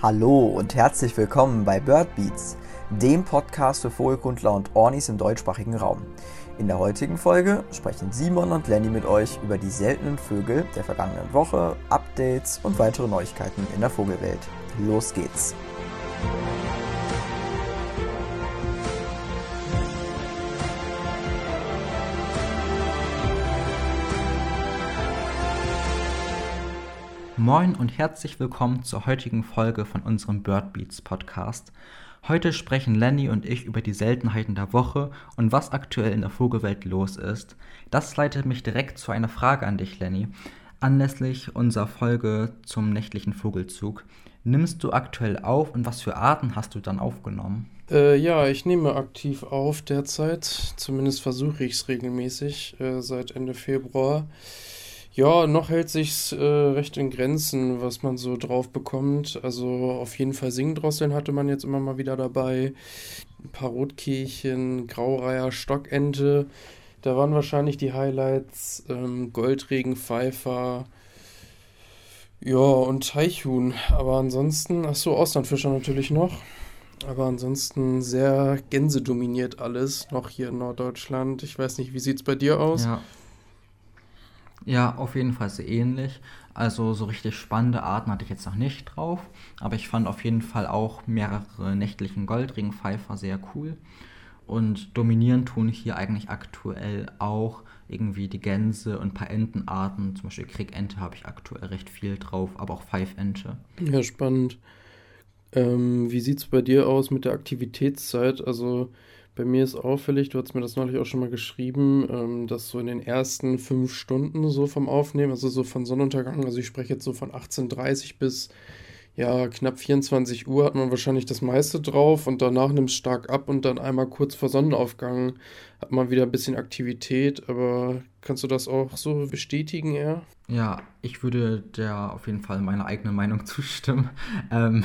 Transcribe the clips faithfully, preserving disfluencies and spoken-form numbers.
Hallo und herzlich willkommen bei Bird Beats, dem Podcast für Vogelkundler und Ornis im deutschsprachigen Raum. In der heutigen Folge sprechen Simon und Lenny mit euch über die seltenen Vögel der vergangenen Woche, Updates und weitere Neuigkeiten in der Vogelwelt. Los geht's! Moin und herzlich willkommen zur heutigen Folge von unserem Bird Beats Podcast. Heute sprechen Lenny und ich über die Seltenheiten der Woche und was aktuell in der Vogelwelt los ist. Das leitet mich direkt zu einer Frage an dich, Lenny. Anlässlich unserer Folge zum nächtlichen Vogelzug, nimmst du aktuell auf und was für Arten hast du dann aufgenommen? Äh, ja, ich nehme aktiv auf derzeit, zumindest versuche ich es regelmäßig, äh, seit Ende Februar. Ja, noch hält sich's äh, recht in Grenzen, was man so drauf bekommt. Also auf jeden Fall Singdrosseln hatte man jetzt immer mal wieder dabei. Ein paar Rotkehlchen, Graureiher, Stockente. Da waren wahrscheinlich die Highlights. Ähm, Goldregenpfeifer. Ja, und Teichhuhn. Aber ansonsten, ach so, Austernfischer natürlich noch. Aber ansonsten sehr gänsedominiert alles, noch hier in Norddeutschland. Ich weiß nicht, wie sieht's bei dir aus? Ja. Ja, auf jeden Fall sehr ähnlich. Also so richtig spannende Arten hatte ich jetzt noch nicht drauf, aber ich fand auf jeden Fall auch mehrere nächtlichen Goldregenpfeifer sehr cool. Und dominieren tun hier eigentlich aktuell auch irgendwie die Gänse und ein paar Entenarten. Zum Beispiel Krickente habe ich aktuell recht viel drauf, aber auch Pfeifente. Ja, spannend. Ähm, wie sieht's bei dir aus mit der Aktivitätszeit? Also bei mir ist auffällig, du hast mir das neulich auch schon mal geschrieben, ähm, dass so in den ersten fünf Stunden so vom Aufnehmen, also so von Sonnenuntergang, also ich spreche jetzt so von achtzehn Uhr dreißig bis ja knapp vierundzwanzig Uhr hat man wahrscheinlich das meiste drauf und danach nimmt es stark ab und dann einmal kurz vor Sonnenaufgang hat man wieder ein bisschen Aktivität, aber kannst du das auch so bestätigen eher? Ja, ich würde der auf jeden Fall meiner eigenen Meinung zustimmen. Ähm,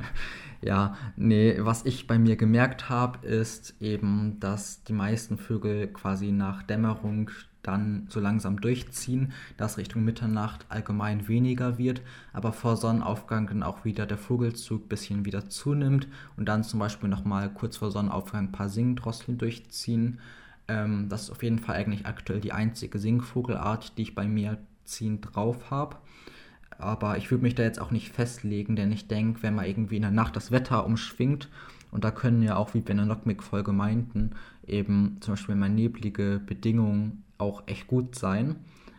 ja, nee, was ich bei mir gemerkt habe, ist eben, dass die meisten Vögel quasi nach Dämmerung dann so langsam durchziehen, dass Richtung Mitternacht allgemein weniger wird, aber vor Sonnenaufgang dann auch wieder der Vogelzug ein bisschen wieder zunimmt und dann zum Beispiel nochmal kurz vor Sonnenaufgang ein paar Singdrosseln durchziehen. Ähm, das ist auf jeden Fall eigentlich aktuell die einzige Singvogelart, die ich bei mir ziehend drauf habe. Aber ich würde mich da jetzt auch nicht festlegen, denn ich denke, wenn man irgendwie in der Nacht das Wetter umschwingt, und da können ja auch, wie wir in der Nockmick-Folge meinten, eben zum Beispiel mal neblige Bedingungen auch echt gut sein,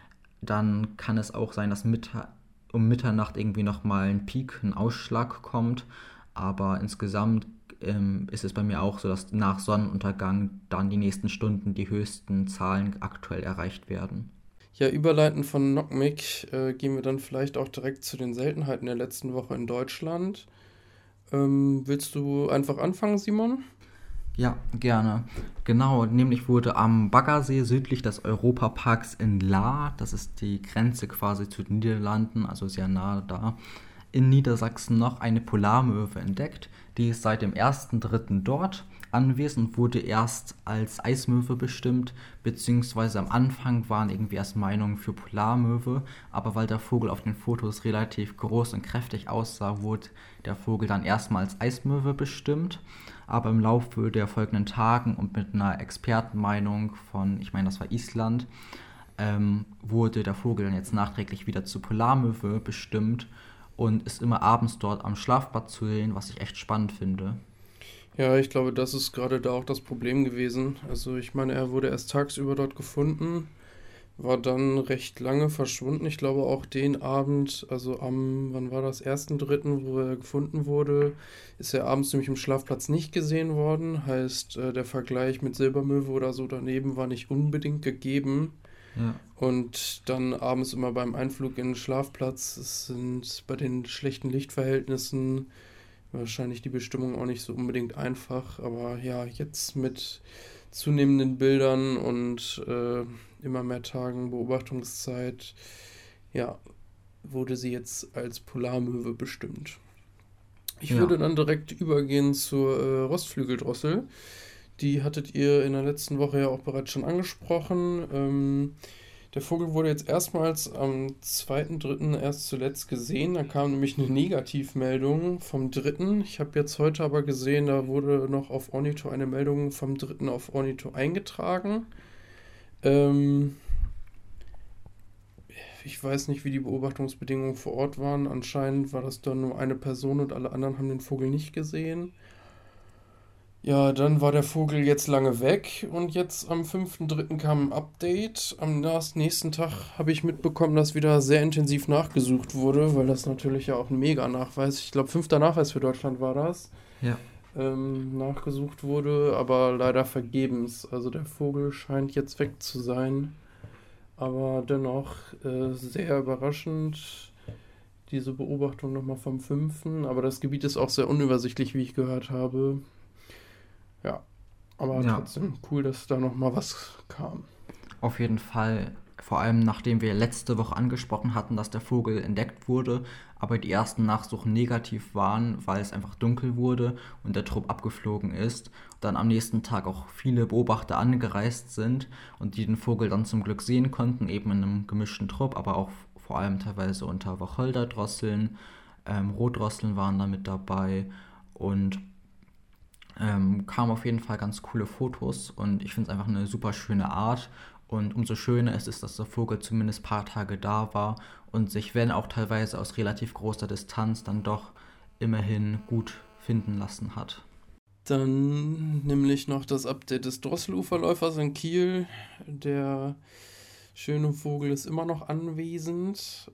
dann kann es auch sein, dass Mittag, um Mitternacht irgendwie nochmal ein Peak, ein Ausschlag kommt. Aber insgesamt ähm, ist es bei mir auch so, dass nach Sonnenuntergang dann die nächsten Stunden die höchsten Zahlen aktuell erreicht werden. Ja, überleitend von Nockmick äh, gehen wir dann vielleicht auch direkt zu den Seltenheiten der letzten Woche in Deutschland. Ähm, willst du einfach anfangen, Simon? Ja, gerne. Genau, nämlich wurde am Baggersee südlich des Europaparks in Lahr, das ist die Grenze quasi zu den Niederlanden, also sehr nahe da, in Niedersachsen noch eine Polarmöwe entdeckt. Die ist seit dem ersten dritten dort anwesend, wurde erst als Eismöwe bestimmt, beziehungsweise am Anfang waren irgendwie erst Meinungen für Polarmöwe, aber weil der Vogel auf den Fotos relativ groß und kräftig aussah, wurde der Vogel dann erstmal als Eismöwe bestimmt. Aber im Laufe der folgenden Tagen und mit einer Expertenmeinung von, ich meine, das war Island, ähm, wurde der Vogel dann jetzt nachträglich wieder zu Polarmöwe bestimmt und ist immer abends dort am Schlafplatz zu sehen, was ich echt spannend finde. Ja, ich glaube, das ist gerade da auch das Problem gewesen. Also ich meine, er wurde erst tagsüber dort gefunden, war dann recht lange verschwunden. Ich glaube auch den Abend, also am, wann war das, ersten dritten, wo er gefunden wurde, ist er abends nämlich im Schlafplatz nicht gesehen worden. Heißt, äh, der Vergleich mit Silbermöwe oder so daneben war nicht unbedingt gegeben. Ja. Und dann abends immer beim Einflug in den Schlafplatz, es sind bei den schlechten Lichtverhältnissen wahrscheinlich die Bestimmung auch nicht so unbedingt einfach. Aber ja, jetzt mit zunehmenden Bildern und äh, immer mehr Tagen Beobachtungszeit, ja, wurde sie jetzt als Polarmöwe bestimmt. Ich Ja. würde dann direkt übergehen zur äh, Rostflügeldrossel. Die hattet ihr in der letzten Woche ja auch bereits schon angesprochen. Ähm, Der Vogel wurde jetzt erstmals am zweiten dritten erst zuletzt gesehen. Da kam nämlich eine Negativmeldung vom dritten Ich habe jetzt heute aber gesehen, da wurde noch auf Ornitho eine Meldung vom dritten auf Ornitho eingetragen. Ähm, ich weiß nicht, wie die Beobachtungsbedingungen vor Ort waren. Anscheinend war das dann nur eine Person und alle anderen haben den Vogel nicht gesehen. Ja, dann war der Vogel jetzt lange weg und jetzt am fünften dritten kam ein Update. Am nächsten Tag habe ich mitbekommen, dass wieder sehr intensiv nachgesucht wurde, weil das natürlich ja auch ein Mega-Nachweis, ich glaube fünfter Nachweis für Deutschland war das, Ja. ähm, nachgesucht wurde, aber leider vergebens. Also der Vogel scheint jetzt weg zu sein, aber dennoch äh, sehr überraschend diese Beobachtung nochmal vom fünften Aber das Gebiet ist auch sehr unübersichtlich, wie ich gehört habe. Ja, aber Ja. trotzdem cool, dass da nochmal was kam. Auf jeden Fall, vor allem nachdem wir letzte Woche angesprochen hatten, dass der Vogel entdeckt wurde, aber die ersten Nachsuchen negativ waren, weil es einfach dunkel wurde und der Trupp abgeflogen ist. Dann am nächsten Tag auch viele Beobachter angereist sind und die den Vogel dann zum Glück sehen konnten, eben in einem gemischten Trupp, aber auch vor allem teilweise unter Wacholderdrosseln, ähm, Rotdrosseln waren da mit dabei und ähm, kamen auf jeden Fall ganz coole Fotos und ich finde es einfach eine super schöne Art und umso schöner ist es, dass der Vogel zumindest ein paar Tage da war und sich, wenn auch teilweise aus relativ großer Distanz, dann doch immerhin gut finden lassen hat. Dann nämlich noch das Update des Drosseluferläufers in Kiel. Der schöne Vogel ist immer noch anwesend.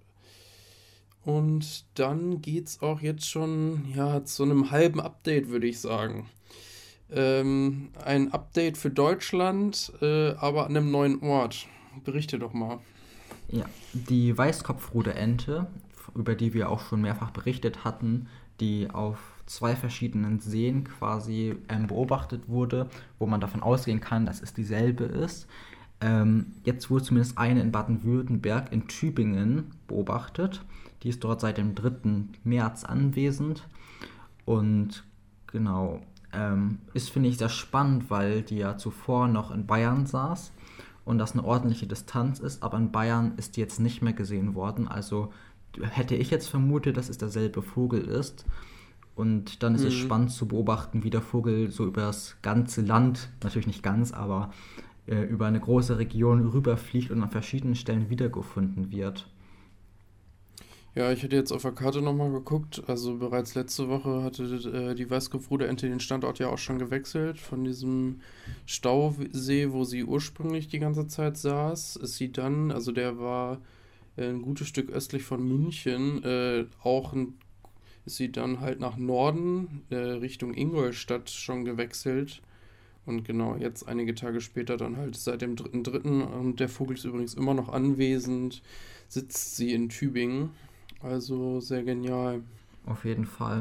Und dann geht es auch jetzt schon ja, zu einem halben Update, würde ich sagen. Ähm, ein Update für Deutschland, äh, aber an einem neuen Ort. Berichte doch mal. Ja, die Weißkopfruderente, über die wir auch schon mehrfach berichtet hatten, die auf zwei verschiedenen Seen quasi ähm, beobachtet wurde, wo man davon ausgehen kann, dass es dieselbe ist. Ähm, jetzt wurde zumindest eine in Baden-Württemberg in Tübingen beobachtet. Die ist dort seit dem dritten März anwesend und genau, ähm, ist, finde ich, sehr spannend, weil die ja zuvor noch in Bayern saß und das eine ordentliche Distanz ist, aber in Bayern ist die jetzt nicht mehr gesehen worden, also hätte ich jetzt vermutet, dass es derselbe Vogel ist und dann ist Mhm. es spannend zu beobachten, wie der Vogel so über das ganze Land, natürlich nicht ganz, aber äh, über eine große Region rüberfliegt und an verschiedenen Stellen wiedergefunden wird. Ja, ich hatte jetzt auf der Karte nochmal geguckt. Also bereits letzte Woche hatte äh, die Weißkopfruderente den Standort ja auch schon gewechselt. Von diesem Stausee, wo sie ursprünglich die ganze Zeit saß, ist sie dann, also der war äh, ein gutes Stück östlich von München, äh, auch ein, ist sie dann halt nach Norden, äh, Richtung Ingolstadt schon gewechselt. Und genau, jetzt einige Tage später dann halt seit dem dritten dritten Und der Vogel ist übrigens immer noch anwesend, sitzt sie in Tübingen. Also sehr genial. Auf jeden Fall.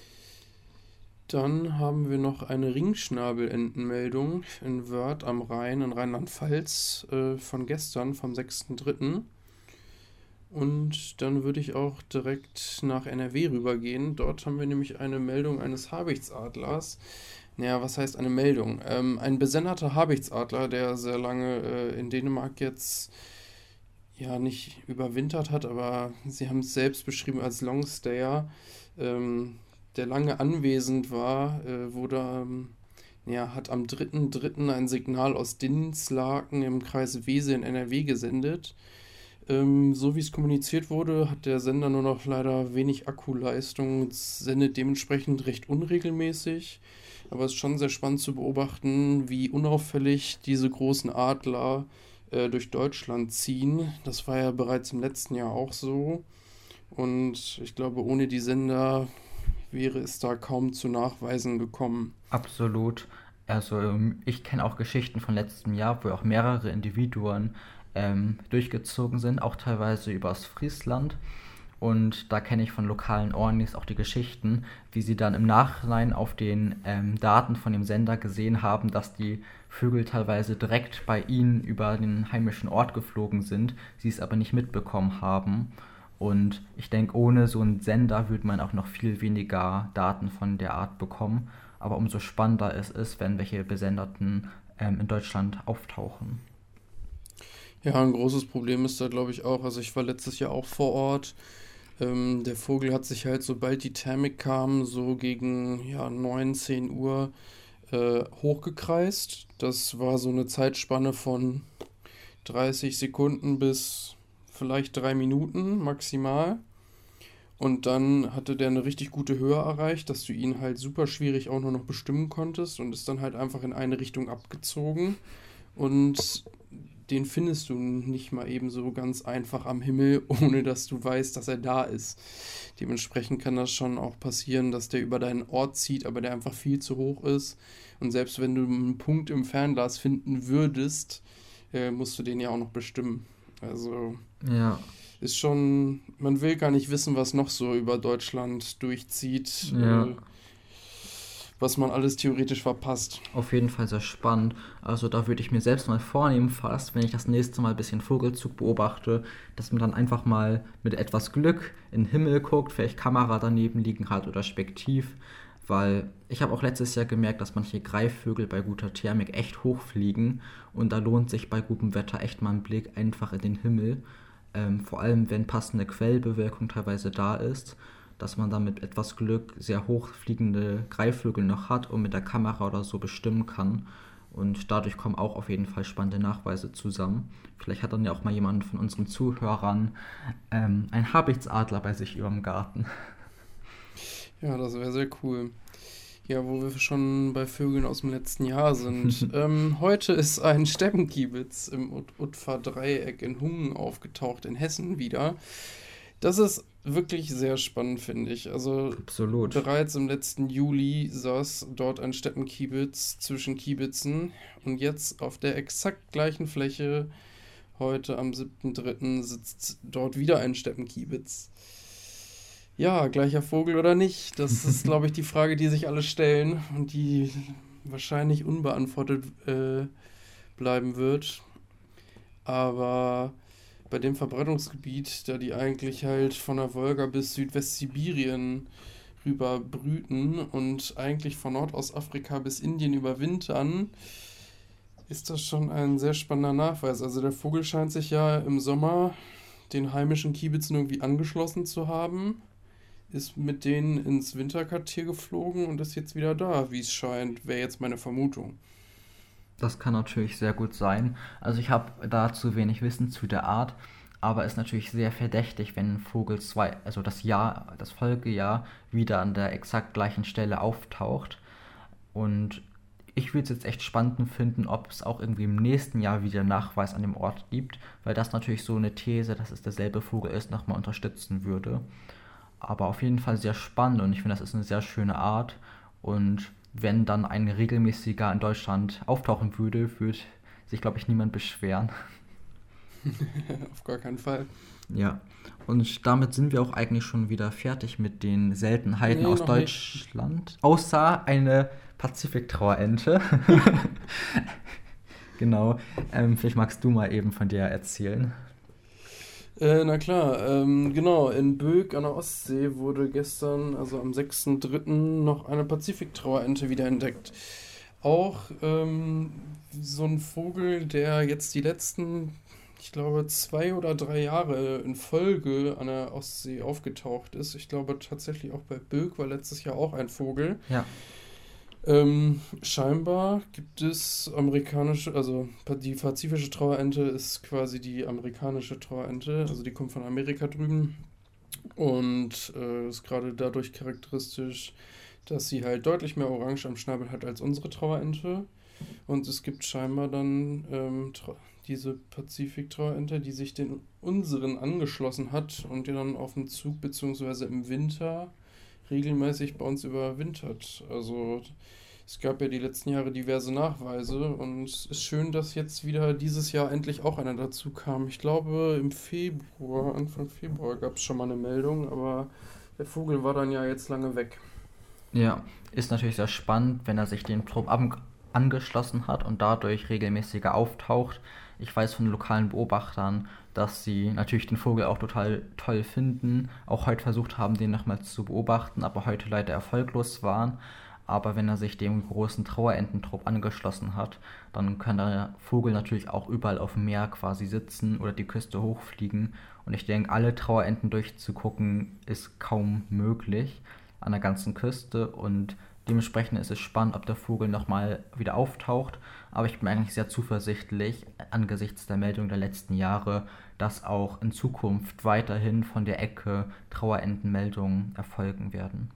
Dann haben wir noch eine Ringschnabelentenmeldung in Wörth am Rhein in Rheinland-Pfalz äh, von gestern, vom sechsten dritten Und dann würde ich auch direkt nach N R W rübergehen. Dort haben wir nämlich eine Meldung eines Habichtsadlers. Naja, was heißt eine Meldung? Ähm, ein besennerter Habichtsadler, der sehr lange äh, in Dänemark jetzt ja nicht überwintert hat, aber sie haben es selbst beschrieben als Longstayer, ähm, der lange anwesend war, äh, wurde, ähm, ja, hat am dritten dritten ein Signal aus Dinslaken im Kreis Wesel in N R W gesendet. Ähm, so wie es kommuniziert wurde, hat der Sender nur noch leider wenig Akkuleistung und sendet dementsprechend recht unregelmäßig. Aber es ist schon sehr spannend zu beobachten, wie unauffällig diese großen Adler äh, durch Deutschland ziehen. Das war ja bereits im letzten Jahr auch so. Und ich glaube, ohne die Sender wäre es da kaum zu Nachweisen gekommen. Absolut. Also ähm, ich kenne auch Geschichten von letztem Jahr, wo auch mehrere Individuen ähm, durchgezogen sind, auch teilweise übers Friesland. Und da kenne ich von lokalen Ornis auch die Geschichten, wie sie dann im Nachhinein auf den ähm, Daten von dem Sender gesehen haben, dass die Vögel teilweise direkt bei ihnen über den heimischen Ort geflogen sind, sie es aber nicht mitbekommen haben. Und ich denke, ohne so einen Sender würde man auch noch viel weniger Daten von der Art bekommen. Aber umso spannender es ist, wenn welche Besenderten ähm, in Deutschland auftauchen. Ja, ein großes Problem ist da, glaube ich, auch. Also ich war letztes Jahr auch vor Ort. Ähm, der Vogel hat sich halt, sobald die Thermik kam, so gegen ja, neun, zehn Uhr äh, hochgekreist. Das war so eine Zeitspanne von dreißig Sekunden bis vielleicht drei Minuten maximal. Und dann hatte der eine richtig gute Höhe erreicht, dass du ihn halt super schwierig auch nur noch bestimmen konntest und ist dann halt einfach in eine Richtung abgezogen. Und den findest du nicht mal eben so ganz einfach am Himmel, ohne dass du weißt, dass er da ist. Dementsprechend kann das schon auch passieren, dass der über deinen Ort zieht, aber der einfach viel zu hoch ist. Und selbst wenn du einen Punkt im Fernglas finden würdest, äh, musst du den ja auch noch bestimmen. Also Ja, ist schon, man will gar nicht wissen, was noch so über Deutschland durchzieht, ja. äh, was man alles theoretisch verpasst. Auf jeden Fall sehr spannend. Also da würde ich mir selbst mal vornehmen, fast, wenn ich das nächste Mal ein bisschen Vogelzug beobachte, dass man dann einfach mal mit etwas Glück in den Himmel guckt, vielleicht Kamera daneben liegen hat oder Spektiv. Weil ich habe auch letztes Jahr gemerkt, dass manche Greifvögel bei guter Thermik echt hochfliegen. Und da lohnt sich bei gutem Wetter echt mal ein Blick einfach in den Himmel. Ähm, vor allem, wenn passende Quellbewölkung teilweise da ist, dass man dann mit etwas Glück sehr hochfliegende Greifvögel noch hat und mit der Kamera oder so bestimmen kann. Und dadurch kommen auch auf jeden Fall spannende Nachweise zusammen. Vielleicht hat dann ja auch mal jemand von unseren Zuhörern ähm, einen Habichtsadler bei sich über dem Garten. Ja, das wäre sehr cool. Ja, wo wir schon bei Vögeln aus dem letzten Jahr sind. ähm, heute ist ein Steppenkiebitz im Ut- Utpferdreieck in Hungen aufgetaucht, in Hessen wieder. Das ist wirklich sehr spannend, finde ich. Also Absolut. bereits im letzten Juli saß dort ein Steppenkiebitz zwischen Kiebitzen und jetzt auf der exakt gleichen Fläche, heute am siebten dritten sitzt dort wieder ein Steppenkiebitz. Ja, gleicher Vogel oder nicht? Das ist, glaube ich, die Frage, die sich alle stellen und die wahrscheinlich unbeantwortet äh, bleiben wird. Aber bei dem Verbreitungsgebiet, da die eigentlich halt von der Wolga bis Südwestsibirien rüber brüten und eigentlich von Nordostafrika bis Indien überwintern, ist das schon ein sehr spannender Nachweis. Also der Vogel scheint sich ja im Sommer den heimischen Kiebitzen irgendwie angeschlossen zu haben, ist mit denen ins Winterquartier geflogen und ist jetzt wieder da, wie es scheint, wäre jetzt meine Vermutung. Das kann natürlich sehr gut sein. Also ich habe da zu wenig Wissen zu der Art, aber es ist natürlich sehr verdächtig, wenn ein Vogel zwei, also das Jahr, das Folgejahr wieder an der exakt gleichen Stelle auftaucht. Und ich würde es jetzt echt spannend finden, ob es auch irgendwie im nächsten Jahr wieder Nachweis an dem Ort gibt, weil das natürlich so eine These, dass es derselbe Vogel ist, nochmal unterstützen würde. Aber auf jeden Fall sehr spannend und ich finde, das ist eine sehr schöne Art. Und wenn dann ein regelmäßiger in Deutschland auftauchen würde, würde sich, glaube ich, niemand beschweren. Auf gar keinen Fall. Ja, und damit sind wir auch eigentlich schon wieder fertig mit den Seltenheiten Nee, aus noch Deutschland. Außer eine Pazifiktrauerente. Genau. Ähm, vielleicht magst du mal eben von dir erzählen. Äh, na klar, ähm, genau, in Böck an der Ostsee wurde gestern, also am sechsten dritten noch eine Pazifiktrauerente wiederentdeckt. Auch ähm, so ein Vogel, der jetzt die letzten, ich glaube, zwei oder drei Jahre in Folge an der Ostsee aufgetaucht ist. Ich glaube tatsächlich auch bei Böck war letztes Jahr auch ein Vogel. Ja. Ähm, scheinbar gibt es amerikanische, also pa- die pazifische Trauerente ist quasi die amerikanische Trauerente, also die kommt von Amerika drüben und äh, ist gerade dadurch charakteristisch, dass sie halt deutlich mehr Orange am Schnabel hat als unsere Trauerente. Und es gibt scheinbar dann ähm, Tra- diese Pazifik-Trauerente, die sich den unseren angeschlossen hat und die dann auf dem Zug beziehungsweise im Winter regelmäßig bei uns überwintert. Also es gab ja die letzten Jahre diverse Nachweise und es ist schön, dass jetzt wieder dieses Jahr endlich auch einer dazu kam. Ich glaube im Februar, Anfang Februar gab es schon mal eine Meldung, aber der Vogel war dann ja jetzt lange weg. Ja, ist natürlich sehr spannend, wenn er sich den Trupp an angeschlossen hat und dadurch regelmäßiger auftaucht. Ich weiß von lokalen Beobachtern, dass sie natürlich den Vogel auch total toll finden, auch heute versucht haben, den nochmal zu beobachten, aber heute leider erfolglos waren. aber wenn er sich dem großen Trauerententrupp angeschlossen hat, dann kann der Vogel natürlich auch überall auf dem Meer quasi sitzen oder die Küste hochfliegen. Und ich denke, alle Trauerenten durchzugucken, ist kaum möglich an der ganzen Küste. Und dementsprechend ist es spannend, ob der Vogel nochmal wieder auftaucht. Aber ich bin eigentlich sehr zuversichtlich angesichts der Meldung der letzten Jahre, dass auch in Zukunft weiterhin von der Ecke Trauerentenmeldungen erfolgen werden.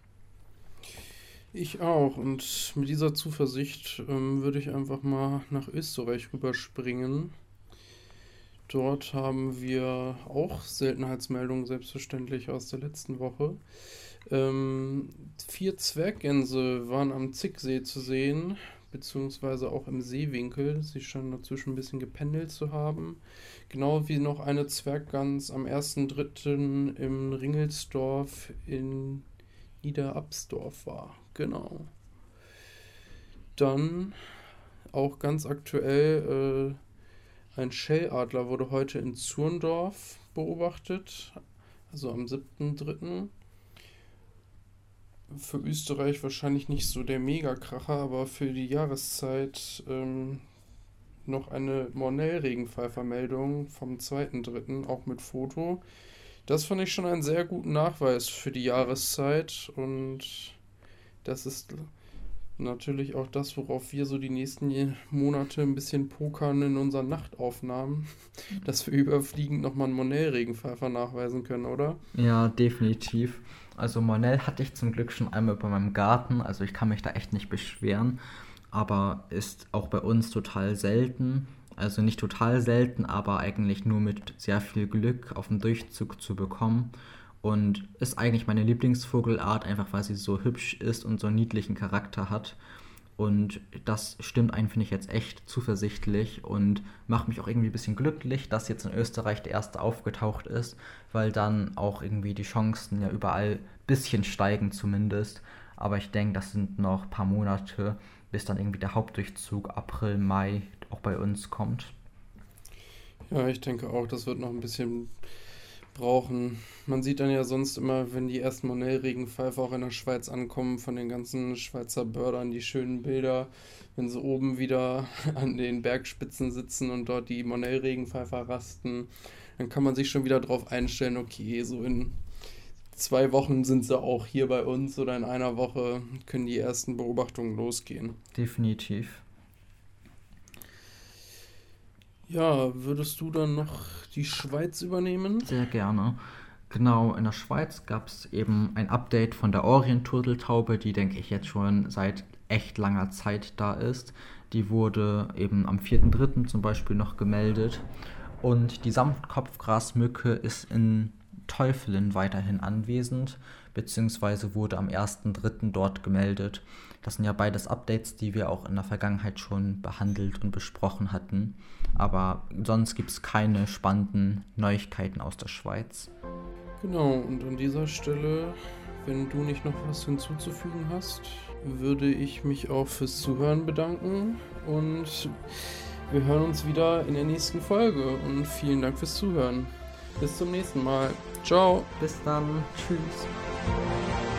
Ich auch, und mit dieser Zuversicht ähm, würde ich einfach mal nach Österreich rüberspringen. Dort haben wir auch Seltenheitsmeldungen, selbstverständlich aus der letzten Woche. Ähm, vier Zwerggänse waren am Zicksee zu sehen, beziehungsweise auch im Seewinkel. Sie scheinen dazwischen ein bisschen gependelt zu haben. Genau wie noch eine Zwerggans am ersten dritten im Ringelsdorf in Niederabsdorf war. Genau. Dann auch ganz aktuell, äh, ein Schelladler wurde heute in Zurndorf beobachtet, also am siebten dritten Für Österreich wahrscheinlich nicht so der Megakracher, aber für die Jahreszeit ähm, noch eine Mornell-Regenpfeifer-Meldung vom zweiten dritten auch mit Foto. Das fand ich schon einen sehr guten Nachweis für die Jahreszeit, und das ist natürlich auch das, worauf wir so die nächsten Monate ein bisschen pokern in unseren Nachtaufnahmen, dass wir überfliegend nochmal einen Mornell-Regenpfeifer nachweisen können, oder? Ja, definitiv. Also Mornell hatte ich zum Glück schon einmal bei meinem Garten, also ich kann mich da echt nicht beschweren, aber ist auch bei uns total selten. Also nicht total selten, aber eigentlich nur mit sehr viel Glück auf dem Durchzug zu bekommen. Und ist eigentlich meine Lieblingsvogelart, einfach weil sie so hübsch ist und so einen niedlichen Charakter hat. Und das stimmt einen, finde ich, jetzt echt zuversichtlich und macht mich auch irgendwie ein bisschen glücklich, dass jetzt in Österreich der erste aufgetaucht ist, weil dann auch irgendwie die Chancen ja überall ein bisschen steigen zumindest. Aber ich denke, das sind noch ein paar Monate, bis dann irgendwie der Hauptdurchzug April, Mai auch bei uns kommt. Ja, ich denke auch, das wird noch ein bisschen brauchen. Man sieht dann ja sonst immer, wenn die ersten Mornell-Regenpfeifer auch in der Schweiz ankommen, von den ganzen Schweizer Bördern, die schönen Bilder, wenn sie oben wieder an den Bergspitzen sitzen und dort die Mornell-Regenpfeifer rasten, dann kann man sich schon wieder drauf einstellen, okay, so in zwei Wochen sind sie auch hier bei uns oder in einer Woche können die ersten Beobachtungen losgehen. Definitiv. Ja, würdest du dann noch die Schweiz übernehmen? Sehr gerne. Genau, in der Schweiz gab es eben ein Update von der Orient-Turteltaube, die, denke ich, jetzt schon seit echt langer Zeit da ist. Die wurde eben am vierten dritten zum Beispiel noch gemeldet. Und die Samtkopfgrasmücke ist in Teufelin weiterhin anwesend, beziehungsweise wurde am ersten dritten dort gemeldet. Das sind ja beides Updates, die wir auch in der Vergangenheit schon behandelt und besprochen hatten. Aber sonst gibt es keine spannenden Neuigkeiten aus der Schweiz. Genau, und an dieser Stelle, wenn du nicht noch was hinzuzufügen hast, würde ich mich auch fürs Zuhören bedanken. Und wir hören uns wieder in der nächsten Folge. Und vielen Dank fürs Zuhören. Bis zum nächsten Mal. Ciao. Bis dann. Tschüss.